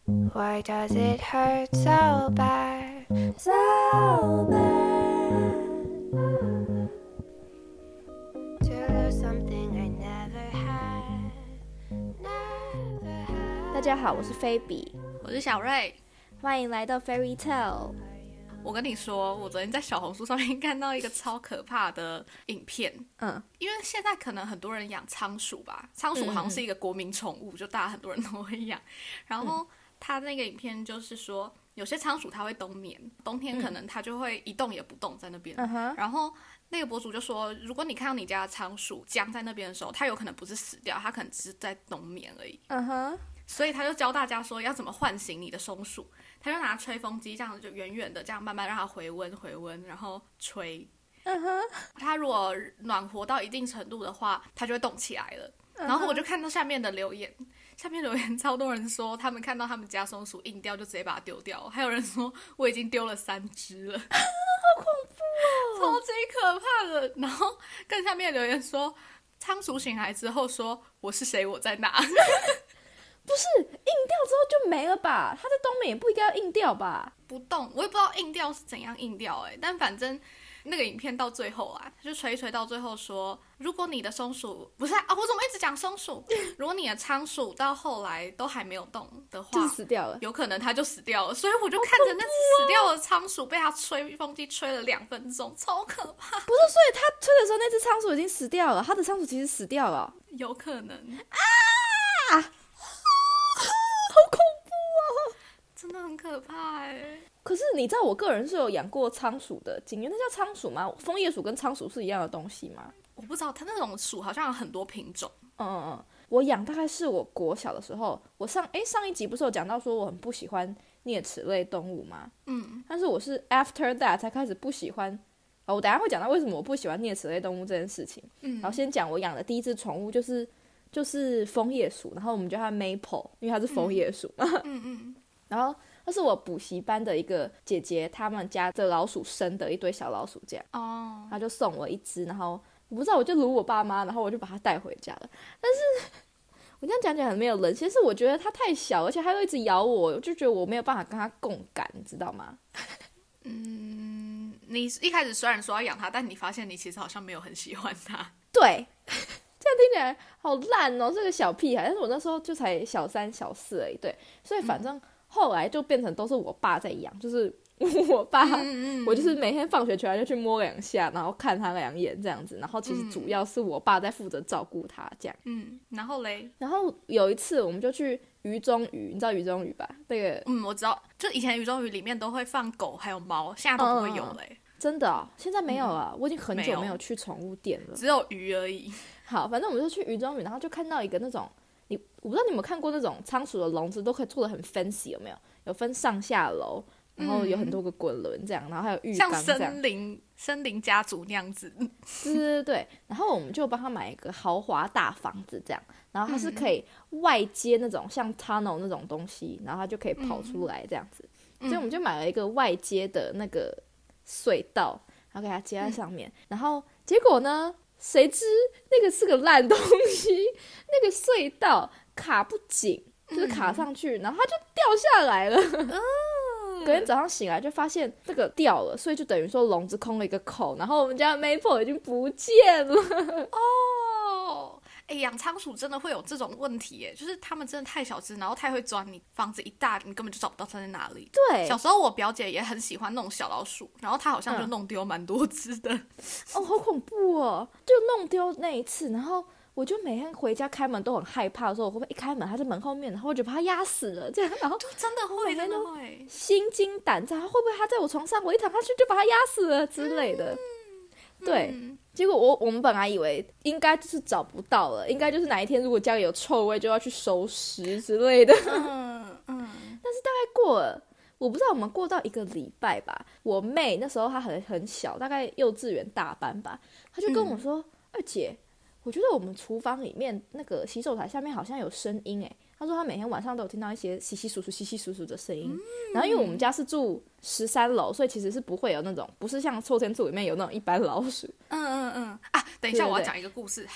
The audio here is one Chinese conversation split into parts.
Why does it hurt so bad? So bad to lose something I never had, never had. 大家好，我是菲比， 我是小瑞。 欢迎来到 Fairy Tale。 我跟你说，我昨天在小红书上面看到一个超可怕的影片。因为现在可能很多人养仓鼠吧，仓鼠好像是一个国民宠物，就大家很多人都会养。然后他那个影片就是说，有些仓鼠它会冬眠，冬天可能它就会一动也不动在那边。然后那个博主就说，如果你看到你家的仓鼠僵在那边的时候，它有可能不是死掉，它可能只是在冬眠而已。所以他就教大家说要怎么唤醒你的松鼠，他就拿吹风机这样子就远远的这样慢慢让它回温，然后吹。它如果暖和到一定程度的话，它就会动起来了。然后我就看到下面的留言，超多人说他们看到他们家松鼠硬掉就直接把它丢掉，还有人说我已经丢了3只了， 好恐怖超级可怕的。然后更下面的留言说，仓鼠醒来之后说我是谁，我在哪。 不是硬掉之后就没了吧？它在冬眠也不应该要硬掉吧？ 不动，我也不知道硬掉是怎样硬掉但反正那个影片到最后啊，就吹到最后说，如果你的松鼠不是我怎么一直讲松鼠？如果你的仓鼠到后来都还没有动的话， 就是死掉了， 有可能它就死掉了。所以我就看着那只死掉的仓鼠被它吹风机吹了2分钟，超可怕。 不是，所以它吹的时候那只仓鼠已经死掉了，它的仓鼠其实死掉了。 有可能啊！好恐怖哦， 真的很可怕可是你知道我个人是有养过仓鼠的经验，那叫仓鼠吗？枫叶鼠跟仓鼠是一样的东西吗？ 我不知道，它那种鼠好像有很多品种。 我养大概是我国小的时候，我上一集不是有讲到说我很不喜欢啮齿类动物吗？但是我是 after that 才开始不喜欢。我等一下会讲到为什么我不喜欢啮齿类动物这件事情。然后先讲我养的第一只宠物就是枫叶鼠，然后我们叫它 Maple， 因为它是枫叶鼠嘛。然后那是我补习班的一个姐姐，他们家的老鼠生的一堆小老鼠这样。她就送我一只，然后我不知道，我就撸我爸妈，然后我就把它带回家了。但是我这样讲起来很没有人性，是我觉得它太小，而且它又一直咬我，我就觉得我没有办法跟它共感，你知道吗？ 你一开始虽然说要养它，但你发现你其实好像没有很喜欢它。 对。这样听起来好烂哦，这个小屁孩。但是我那时候就才小3、小4而已，对，所以反正后来就变成都是我爸在养，就是我爸，我就是每天放学回来就去摸2下，然后看他2眼这样子，然后其实主要是我爸在负责照顾他这样。 然后嘞， 然后有一次我们就去鱼中鱼，你知道鱼中鱼吧？那个我知道，就以前鱼中鱼里面都会放狗还有猫，现在都不会有嘞。 真的哦？现在没有了。我已经很久没有去宠物店了， 只有鱼而已。 好，反正我们就去鱼中鱼，然后就看到一个那种，我不知道你有没有看过那种仓鼠的笼子，都可以做的很 fancy， 有没有？有分上下楼，然后有很多个滚轮这样，然后还有浴缸这样， 像森林家族那样子。 对。然后我们就帮他买一个豪华大房子这样，然后它是可以外接那种像 tunnel 那种东西，然后它就可以跑出来这样子。所以我们就买了一个外接的那个隧道，然后给它接在上面。然后结果呢？谁知那个是个烂东西，那个隧道卡不紧，就是卡上去，然后它就掉下来了。隔天早上醒来就发现这个掉了，所以就等于说笼子空了一个口，然后我们家的 Maple 已经不见了。 养仓鼠真的会有这种问题耶，就是他们真的太小只，然后太会钻，你房子一大，你根本就找不到它在哪里。 对， 小时候我表姐也很喜欢那种小老鼠，然后她好像就弄丢蛮多只的。 好恐怖哦！就弄丢那一次，然后我就每天回家开门都很害怕的时候，我会不会一开门它在门后面，然后我就把它压死了这样，然后就真的会，真的会心惊胆战，会不会它在我床上，我一躺下去就把它压死了之类的。对，结果我们本来以为应该就是找不到了，应该就是哪一天如果家里有臭味就要去收尸之类的。但是大概过了，我不知道我们过到1个礼拜吧，我妹那时候她很小，大概幼稚园大班吧，她就跟我说：“二姐，我觉得我们厨房里面那个洗手台下面好像有声音诶。”他说他每天晚上都有听到一些窸窸窣窣的声音，然后因为我们家是住13楼，所以其实是不会有那种，不是像臭天厝里面有那种一般老鼠。 等一下我要讲一个故事，好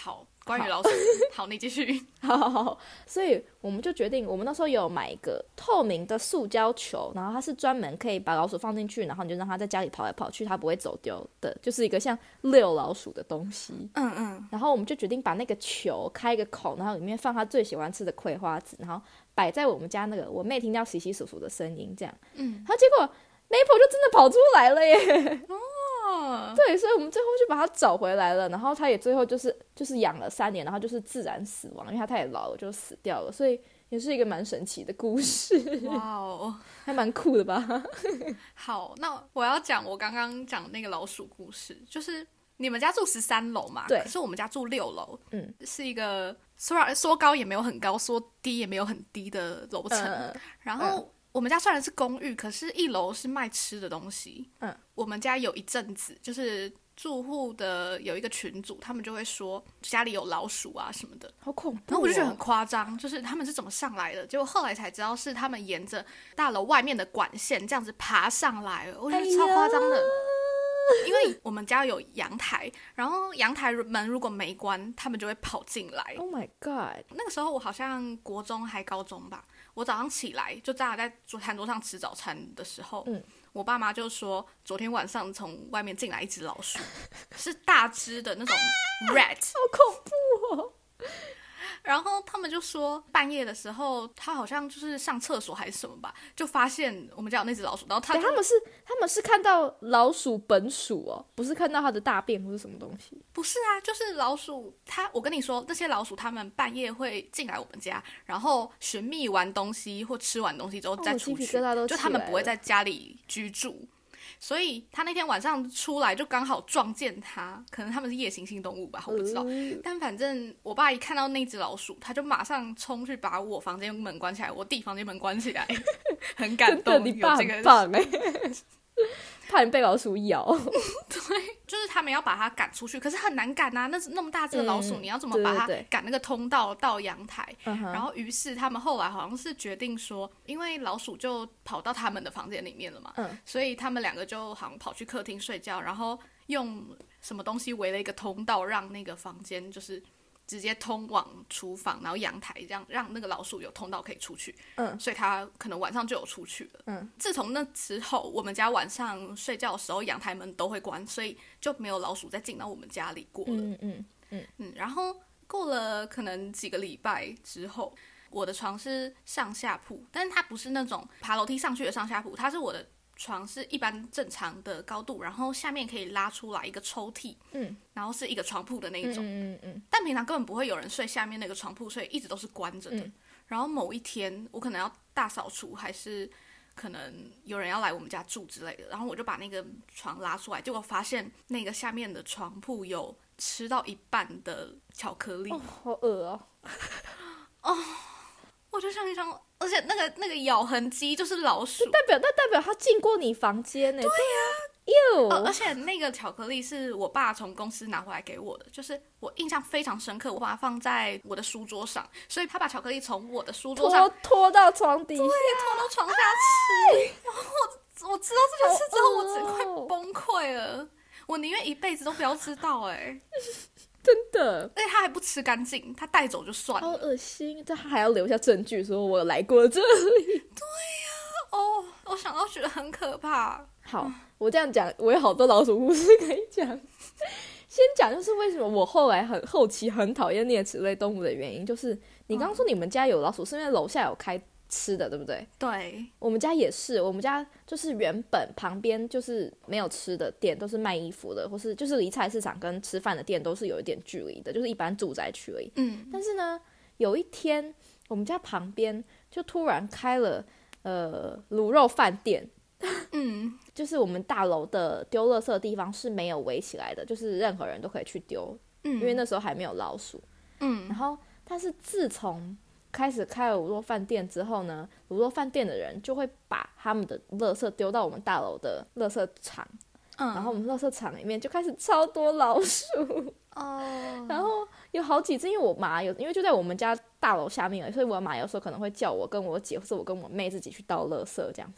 关于老鼠。好，你继续。 好，所以我们就决定，我们那时候有买一个透明的塑胶球，然后它是专门可以把老鼠放进去，然后你就让它在家里跑来跑去，它不会走丢的，就是一个像遛老鼠的东西。然后我们就决定把那个球开一个口，然后里面放它最喜欢吃的葵花籽，然后摆在我们家那个我妹听到窸窸窣窣的声音这样。然后结果 Maple 就真的跑出来了耶。对，所以我们最后就把它找回来了，然后它也最后就是养了3年，然后就是自然死亡，因为它太老了就死掉了，所以也是一个蛮神奇的故事。 哇哦， 还蛮酷的吧？ 好，那我要讲我刚刚讲那个老鼠故事，就是你们家住13楼嘛？ 对， 可是我们家住6楼，是一个说高也没有很高，说低也没有很低的楼层，然后。我们家虽然是公寓，可是1楼是卖吃的东西。我们家有一阵子就是住户的有一个群组，他们就会说家里有老鼠啊什么的， 好恐怖。 然后我就觉得很夸张，就是他们是怎么上来的？结果后来才知道是他们沿着大楼外面的管线这样子爬上来，我觉得超夸张的。因为我们家有阳台，然后阳台门如果没关，他们就会跑进来。 Oh my god！ 那个时候我好像国中还高中吧。我早上起来就大家在餐桌上吃早餐的时候，我爸妈就说昨天晚上从外面进来一只老鼠，是大只的那种 rat， 好恐怖哦。 然后他们就说半夜的时候他好像就是上厕所还是什么吧，就发现我们家有那只老鼠，然后他们是看到老鼠本属哦，不是看到它的大便或是什么东西。 不是啊，就是老鼠我跟你说那些老鼠他们半夜会进来我们家，然后寻觅完东西或吃完东西之后再出去，就他们不会在家里居住。所以他那天晚上出来就刚好撞见他，可能他们是夜行性动物吧，我不知道。但反正我爸一看到那只老鼠，他就马上冲去把我房间门关起来，我弟房间门关起来，很感动。 真的，你爸很棒哎。怕你被老鼠咬。 对，就是他们要把它赶出去，可是很难赶啊，那么大只的老鼠，你要怎么把它赶那个通道到阳台？然后于是他们后来好像是决定说，因为老鼠就跑到他们的房间里面了嘛，所以他们2个就好像跑去客厅睡觉，然后用什么东西围了一个通道，让那个房间就是直接通往厨房，然后阳台，这样让那个老鼠有通道可以出去。所以它可能晚上就有出去了。自从那之后，我们家晚上睡觉的时候阳台门都会关，所以就没有老鼠再进到我们家里过了。然后过了可能几个礼拜之后，我的床是上下铺，但是它不是那种爬楼梯上去的上下铺，它是我的床是一般正常的高度，然后下面可以拉出来一个抽屉，然后是一个床铺的那一种，但平常根本不会有人睡下面那个床铺，所以一直都是关着的。然后某一天我可能要大扫除，还是可能有人要来我们家住之类的，然后我就把那个床拉出来，结果发现那个下面的床铺有吃到一半的巧克力。 好恶哦。 我就想一想，而且那个咬痕迹就是老鼠， 那代表它进过你房间呢。 对呀， 而且那个巧克力是我爸从公司拿回来给我的，就是我印象非常深刻，我把它放在我的书桌上，所以他把巧克力从我的书桌上拖到床底下， 对，拖到床下吃。然后我知道这件事之后，我整快崩溃了，我宁愿一辈子都不要知道真的， 而且他还不吃干净，他带走就算了， 好恶心！但他还要留下证据，说我有来过这里。 对呀，我想到觉得很可怕。 好，我这样讲，我有好多老鼠故事可以讲。先讲就是为什么我后期很讨厌啮齿类动物的原因，就是你刚刚说你们家有老鼠，是因为楼下有开吃的，对不对？ 对， 我们家也是，我们家就是原本旁边就是没有吃的店，都是卖衣服的，或是就是离菜市场跟吃饭的店都是有一点距离的，就是一般住宅区而已。但是呢，有一天我们家旁边就突然开了卤肉饭店。就是我们大楼的丢垃圾的地方是没有围起来的，就是任何人都可以去丢，因为那时候还没有老鼠。然后但是自从开始开了卤肉饭店之后呢，卤肉饭店的人就会把他们的垃圾丢到我们大楼的垃圾场，然后我们垃圾场里面就开始超多老鼠。然后有好几次，因为我妈因为就在我们家大楼下面，所以我妈有时候可能会叫我跟我姐或者我跟我妹自己去倒垃圾这样子。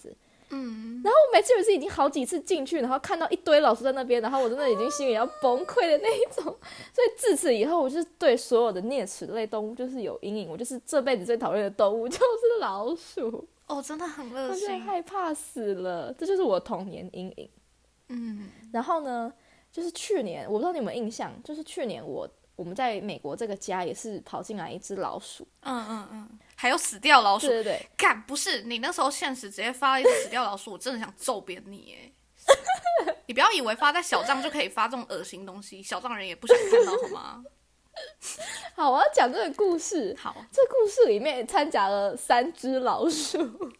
然后我每次有一次已经好几次进去，然后看到一堆老鼠在那边，然后我真的已经心里要崩溃的那一种。所以自此以后，我就是对所有的啮齿类动物就是有阴影。我就是这辈子最讨厌的动物就是老鼠。 真的很恶心， 我真的害怕死了，这就是我童年阴影。然后呢，就是去年我不知道你有没有印象，就是去年我们在美国这个家也是跑进来一只老鼠。 还有死掉老鼠。 对对对， 干，不是你那时候现实直接发了一只死掉老鼠，我真的想揍扁你耶。你不要以为发在小账就可以发这种恶心东西，小账人也不想看到好吗？ 好，我要讲这个故事。 好， 这故事里面掺杂了3只老鼠。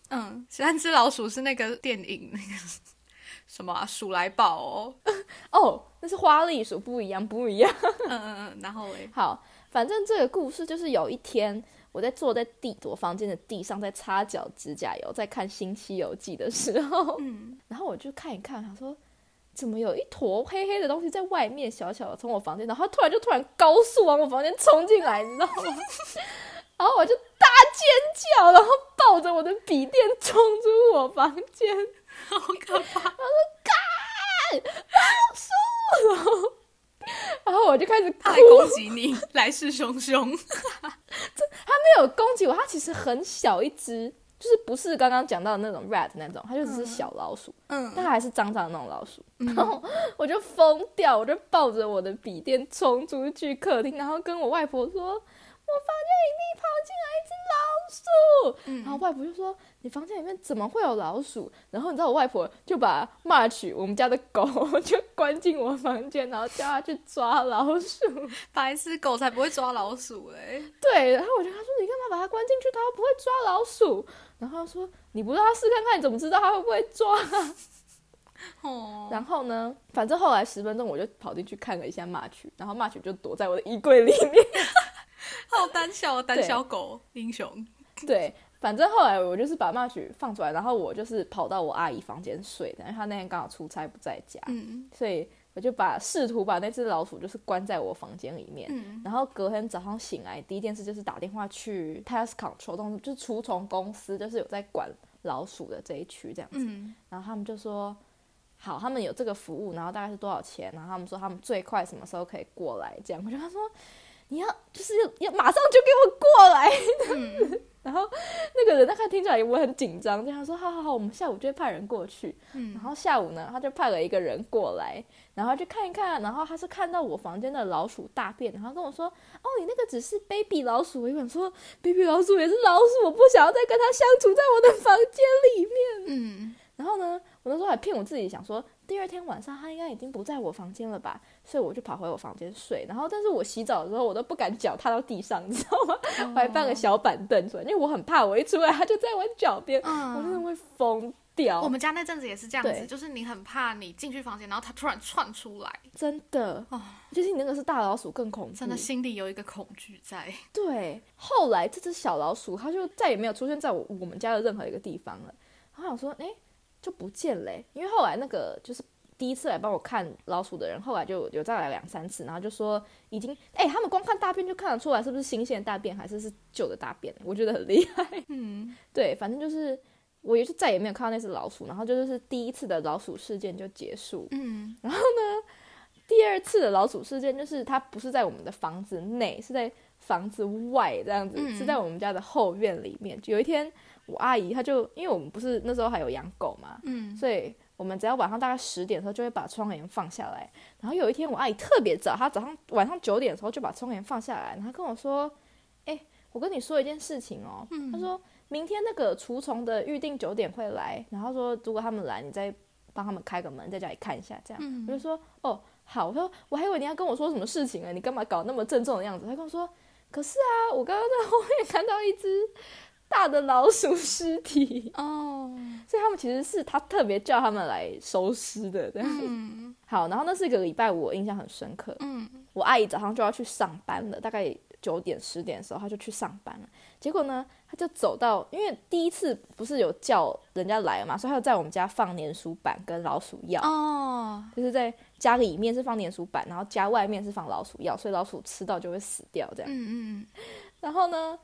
3只老鼠是那个电影那个什么鼠来宝那是花栗鼠，不一样。 然后嘞， 好，反正这个故事就是有一天我在坐在我房间的地上，在擦脚指甲油，在看《新西游记》的时候，然后我就看一看，想说怎么有一坨黑黑的东西在外面小小的从我房间，然后突然高速往我房间冲进来，你知道吗？然后我就大尖叫，然后抱着我的笔电冲出我房间， 好可怕！ 然后说干老鼠，然后我就开始哭， 他来攻击你，来势汹汹。 他没有攻击我，他其实很小一只，就是不是刚刚讲到的那种 rat 那种，它就只是小老鼠，但它还是脏脏的那种老鼠。然后我就疯掉，我就抱着我的笔电冲出去客厅，然后跟我外婆说。我房间里面跑进来一只老鼠，然后外婆就说你房间里面怎么会有老鼠？然后你知道我外婆就把 March 我们家的狗就关进我房间，然后叫它去抓老鼠。 白痴，狗才不会抓老鼠嘞。 对，然后我就跟他说你干嘛把它关进去，它又不会抓老鼠。然后他说你不让它试看看，你怎么知道它会不会抓？然后呢，反正后来10分钟我就跑进去看了一下 March， 然后 March 就躲在我的衣柜里面。 好胆小，胆小狗英雄。 对，反正后来我就是把 March 放出来，然后我就是跑到我阿姨房间睡的，因为她那天刚好出差不在家，所以我就试图把那只老鼠就是关在我房间里面。然后隔天早上醒来，第一件事就是打电话去 Pest Control， 就是除虫公司，就是有在管老鼠的这一区这样子。然后他们就说好，他们有这个服务，然后大概是多少钱？然后他们说他们最快什么时候可以过来？这样，我就跟他说你要就是要马上就给我过来。然后那个人他看听起来我很紧张，就他说好，我们下午就会派人过去。然后下午呢，他就派了一个人过来，然后就看一看，然后他是看到我房间的老鼠大便，然后跟我说你那个只是 baby 老鼠。我一想说 baby 老鼠也是老鼠，我不想要再跟他相处在我的房间里面。然后呢，我那时候还骗我自己，想说第二天晚上他应该已经不在我房间了吧，所以我就跑回我房间睡。然后但是我洗澡的时候我都不敢脚踏到地上，你知道吗？我还搬个小板凳出来，因为我很怕我一出来他就在我脚边，我真的会疯掉。 我们家那阵子也是这样子，就是你很怕你进去房间然后他突然窜出来， 真的就是你那个是大老鼠更恐怖， 真的心里有一个恐惧在。 对，后来这只小老鼠它就再也没有出现在我们家的任何一个地方了。然后想说就不见了因为后来那个就是第一次来帮我看老鼠的人，后来就有再来2-3次，然后就说已经他们光看大便就看得出来是不是新鲜的大便还是旧的大便，我觉得很厉害。对，反正就是我也是再也没有看到那只老鼠，然后就是第一次的老鼠事件就结束。然后呢，第二次的老鼠事件就是它不是在我们的房子内，是在房子外这样子，是在我们家的后院里面。有一天我阿姨她就因为我们不是那时候还有养狗嘛，所以我们只要晚上大概10点的时候就会把窗帘放下来。然后有一天我阿姨特别早，她晚上9点的时候就把窗帘放下来，然后跟我说我跟你说一件事情她说明天那个除虫的预定9点会来，然后说如果他们来你再帮他们开个门在家里看一下这样。我就说好，我说我还以为你要跟我说什么事情你干嘛搞那么郑重的样子？他跟我说可是我刚刚在后面看到一只大的老鼠尸体所以他们其实是他特别叫他们来收尸的这样。好，然后那是一个礼拜五，我印象很深刻。我阿姨早上就要去上班了，大概9点10点的时候她就去上班了。结果呢她就走到，因为第一次不是有叫人家来嘛，所以她就在我们家放粘鼠板跟老鼠药就是在家里面是放粘鼠板，然后家外面是放老鼠药，所以老鼠吃到就会死掉这样。然后呢我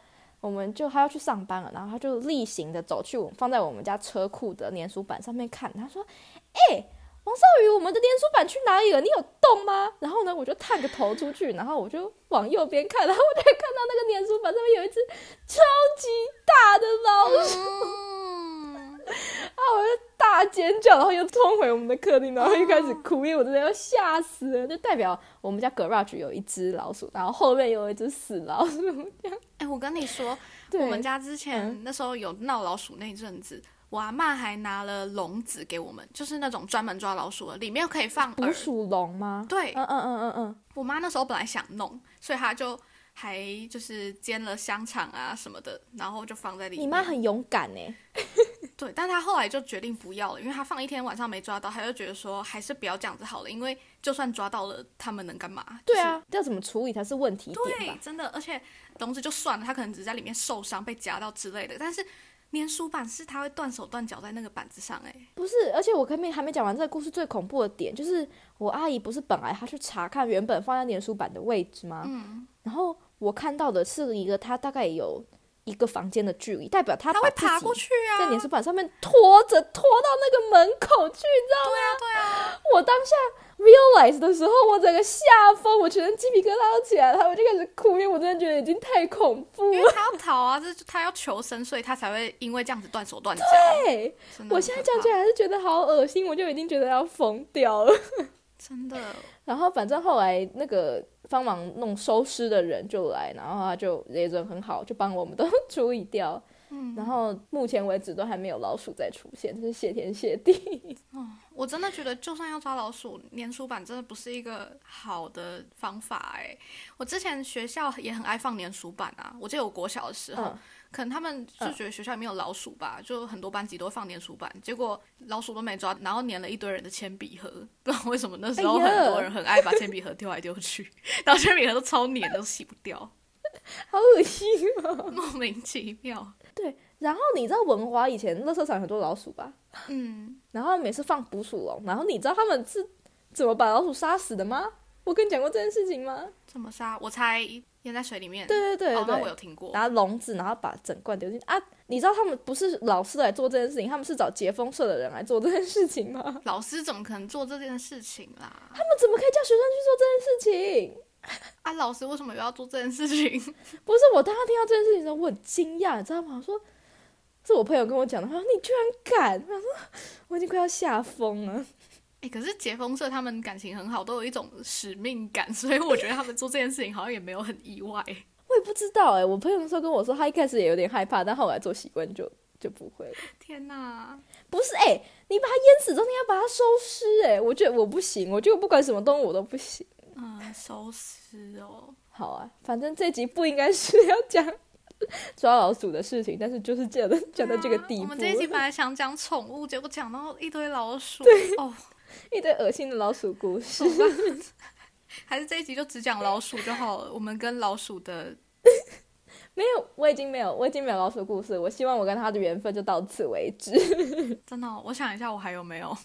我们就他要去上班了，然后他就例行的走去放在我们家车库的粘鼠板上面看，他说王少宇，我们的粘鼠板去哪里了？你有动吗？然后呢，我就探个头出去，然后我就往右边看，然后我就看到那个粘鼠板上面有一只超级大的老鼠，然后我就大尖叫，然后又冲回我们的客厅，然后又开始哭，因为我真的要吓死了，就代表我们家 garage 有一只老鼠，然后后面有一只死老鼠。 我跟你说，我们家之前那时候有闹老鼠那一阵子。我阿嬷还拿了笼子给我们，就是那种专门抓老鼠的，里面可以放捕鼠笼吗？ 对，我妈那时候本来想弄，所以她就还就是煎了香肠啊什么的，然后就放在里面。 你妈很勇敢耶。 对，但她后来就决定不要了，因为她放一天晚上没抓到，她就觉得说还是不要这样子好了，因为就算抓到了，他们能干嘛？ 对啊，要怎么处理才是问题点吧？ 对，真的，而且笼子就算了，她可能只是在里面受伤被夹到之类的，但是。粘鼠板是它会断手断脚在那个板子上不是，而且我还没讲完这个故事最恐怖的点，就是我阿姨不是本来她去查看原本放在粘鼠板的位置吗？然后我看到的是一个她大概有一个房间的距离，代表她会爬过去啊， 在粘鼠板上面拖到那个门口去，你知道吗？ 对啊， 我当下 realize 的时候，我整个吓疯，我全身鸡皮疙瘩都起来了，我就开始哭，因为我真的觉得已经太恐怖了。 因为他要逃啊，他要求生，所以他才会因为这样子断手断脚。 对，我现在讲起来还是觉得好恶心，我就已经觉得要疯掉了。 真的。 然后反正后来那个帮忙弄收尸的人就来，然后他就也人很好，就帮我们都处理掉。然后目前为止都还没有老鼠再出现，真是谢天谢地。 我真的觉得就算要抓老鼠，粘鼠板真的不是一个好的方法我之前学校也很爱放粘鼠板啊，我记得我国小的时候，可能他们就觉得学校里面有老鼠吧，就很多班级都会放粘鼠板，结果老鼠都没抓，然后粘了一堆人的铅笔盒，不知道为什么那时候很多人很爱把铅笔盒丢来丢去，然后铅笔盒都超黏，都洗不掉， 好恶心哦， 莫名其妙。 对，然后你知道文华以前垃圾场很多老鼠吧？然后每次放捕鼠笼，然后你知道他们是怎么把老鼠杀死的吗？我跟你讲过这件事情吗？ 怎么杀？我猜淹在水里面。 对， 那我有听过。 拿笼子，然后把整罐丢进去啊！你知道他们不是老师来做这件事情，他们是找解封社的人来做这件事情吗？ 老师怎么可能做这件事情啦？ 他们怎么可以叫学生去做这件事情？ 老师为什么又要做这件事情？ 不是，我当他听到这件事情的时候，我很惊讶，你知道吗？我说是我朋友跟我讲的，他说你居然敢！我说我已经快要吓疯了。 可是解封社他们感情很好，都有一种使命感，所以我觉得他们做这件事情好像也没有很意外。 我也不知道我朋友那时候跟我说，他一开始也有点害怕，但后来做习惯就不会了。 天哪！ 不是你把它淹死之后，你要把它收尸我觉得我不行，我觉得不管什么动物我都不行。 收尸哦。 好啊，反正这集不应该是要讲抓老鼠的事情，但是就是讲到这个地步。 我们这一集本来想讲宠物，结果讲到一堆老鼠。 对一堆恶心的老鼠故事。 还是这一集就只讲老鼠就好了。我们跟老鼠的没有，我已经没有老鼠故事。我希望我跟他的缘分就到此为止。 真的我想一下，我还有没有？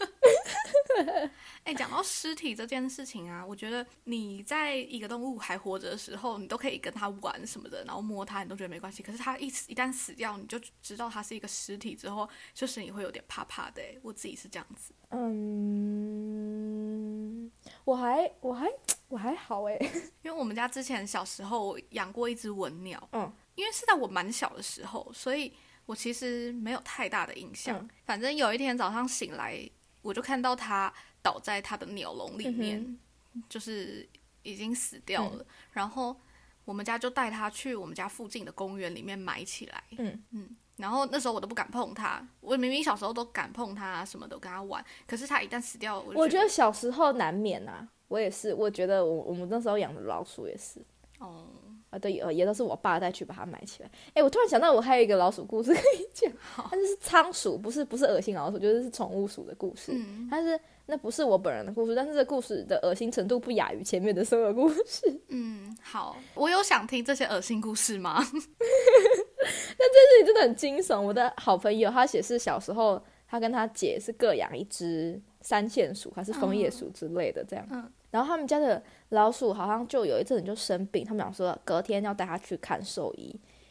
讲到尸体这件事情啊，我觉得你在一个动物还活着的时候，你都可以跟它玩什么的，然后摸它，你都觉得没关系。可是它一旦死掉，你就知道它是一个尸体之后，就是你会有点怕怕的。我自己是这样子。 我还好因为我们家之前小时候养过一只文鸟，因为是在我蛮小的时候，所以我其实没有太大的印象。反正有一天早上醒来，我就看到它倒在它的鸟笼里面，就是已经死掉了。然后我们家就带它去我们家附近的公园里面埋起来。然后那时候我都不敢碰它，我明明小时候都敢碰它什么的，跟它玩。可是它一旦死掉，我觉得小时候难免啊，我也是。我觉得我们那时候养的老鼠也是。对，也都是我爸带去把它埋起来。我突然想到，我还有一个老鼠故事可以讲，但是仓鼠，不是恶心老鼠，就是宠物鼠的故事。那不是我本人的故事，但是这故事的恶心程度不亚于前面的所有故事。 好，我有想听这些恶心故事吗？ 但这事情真的很惊悚。我的好朋友他写是小时候，他跟他姐是各养一只三线鼠还是枫叶鼠之类的这样。然后他们家的老鼠好像就有一阵就生病，他们想说隔天要带他去看兽医，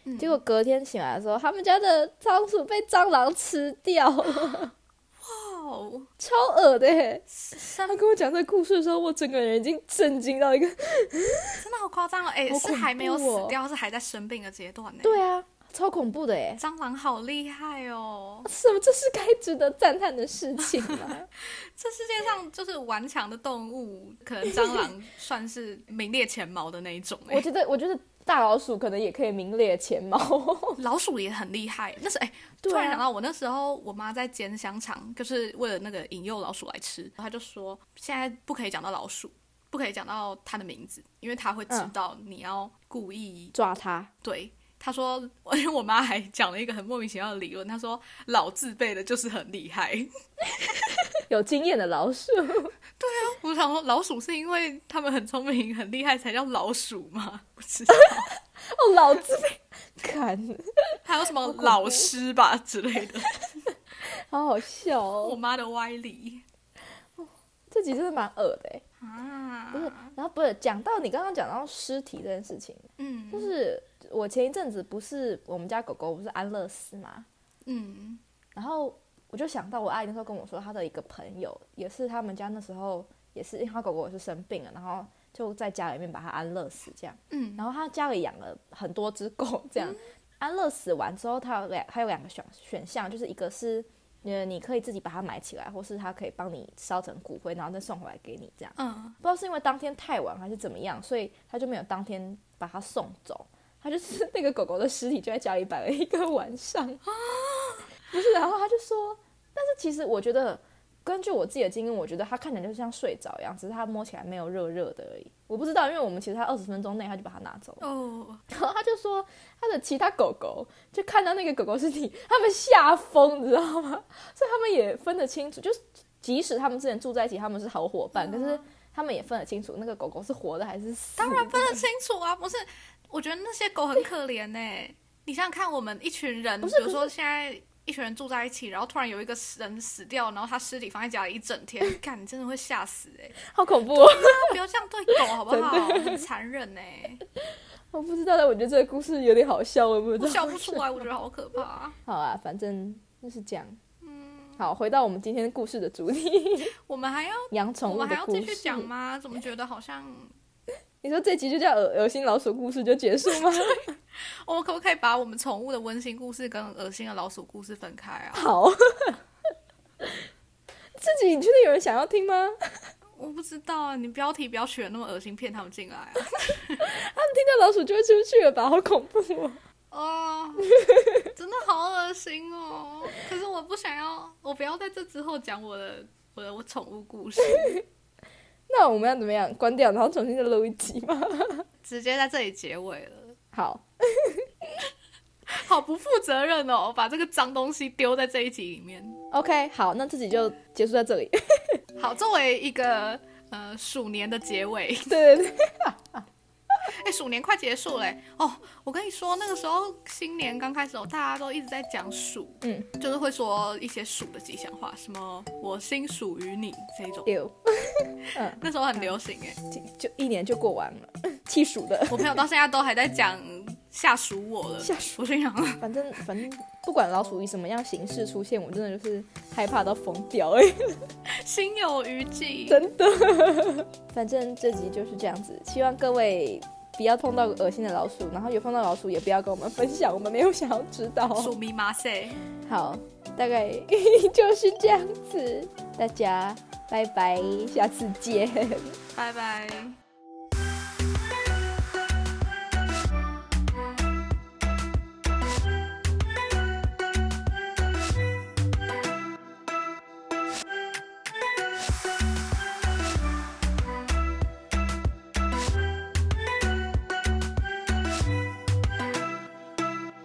结果隔天醒来的时候，他们家的仓鼠被蟑螂吃掉了。 哦， 超恶的耶！他跟我讲这个故事的时候，我整个人已经震惊到一个， 真的好夸张哦！是还没有死掉，是还在生病的阶段呢。 对啊，超恐怖的耶！ 蟑螂好厉害哦！ 什么？这是该值得赞叹的事情吗？ 这世界上就是顽强的动物，可能蟑螂算是名列前茅的那一种。 我觉得大老鼠可能也可以名列前茅。 老鼠也很厉害。那是突然想到我那时候我妈在煎香肠，就是为了那个引诱老鼠来吃，她就说现在不可以讲到老鼠，不可以讲到它的名字，因为它会知道你要故意抓它。 对，她说，因为我妈还讲了一个很莫名其妙的理论，她说老字辈的就是很厉害。 有经验的老鼠。 对啊，我想说老鼠是因为他们很聪明很厉害才叫老鼠吗？不知道。 哦，老字辈，看还有什么老师吧之类的。 好好笑哦！ 我妈的歪理。 这集真的蛮恶的啊！ 不是，然后不是讲到你刚刚讲到尸体这件事情，就是我前一阵子不是我们家狗狗不是安乐死嘛，然后我就想到我阿姨那时候跟我说，她的一个朋友也是他们家那时候也是，因为她狗狗也是生病了，然后就在家里面把它安乐死这样，然后他家里养了很多只狗这样，安乐死完之后，他还有两个选项，就是一个是你可以自己把它埋起来，或是他可以帮你烧成骨灰，然后再送回来给你这样。不知道是因为当天太晚还是怎么样，所以他就没有当天把它送走，他就是那个狗狗的尸体就在家里摆了一个晚上。不是，然后他就说，但是其实我觉得，根据我自己的经验，我觉得它看起来就像睡着一样，只是它摸起来没有热热的而已。我不知道，因为我们其实它20分钟内他就把它拿走了。然后他就说，他的其他狗狗就看到那个狗狗尸体，他们吓疯，你知道吗？所以他们也分得清楚，就是即使他们之前住在一起，他们是好伙伴，可是他们也分得清楚那个狗狗是活的还是死的。 当然分得清楚啊，不是？我觉得那些狗很可怜欸。你想想看，我们一群人，比如说现在一群人住在一起，然后突然有一个人死掉，然后他尸体放在家里一整天，干，你真的会吓死好恐怖哦！ 不要这样对狗好不好？很残忍我不知道，但我觉得这个故事有点好笑，我不知道。 我笑不出来，我觉得好可怕。 好啊，反正就是这样。好，回到我们今天故事的主题。 我们还要养宠物的故事， 我们还要继续讲吗？怎么觉得好像？ 你说这集就叫恶心老鼠故事就结束吗？ 我们可不可以把我们宠物的温馨故事跟恶心的老鼠故事分开啊？ 好。这集你确定有人想要听吗？ 我不知道啊，你标题不要取得那么恶心，骗他们进来啊。他们听到老鼠就会出去了吧？好恐怖哦！真的好恶心哦。可是我不想要，我不要在这之后讲我的宠物故事。 那我们要怎么样？关掉，然后重新再录一集吗？ 直接在这里结尾了。 好。 好不负责任哦，把这个脏东西丢在这一集里面。 OK， 好，那这集就结束在这里。 好，作为一个鼠年的结尾。 对对对。 鼠年快结束嘞哦！我跟你说，那个时候新年刚开始大家都一直在讲鼠，就是会说一些鼠的吉祥话，什么我心属于你这一种。那时候很流行就一年就过完了，气鼠的。 我朋友到现在都还在讲吓鼠我了， 吓鼠。 我心想， 反正不管老鼠以什么样形式出现，我真的就是害怕到疯掉心有余悸， 真的。反正这集就是这样子，希望各位不要碰到恶心的老鼠，然后有碰到老鼠也不要跟我们分享，我们没有想要知道。 鼠咪马塞。 好，大概就是这样子，大家拜拜，下次见， 拜拜。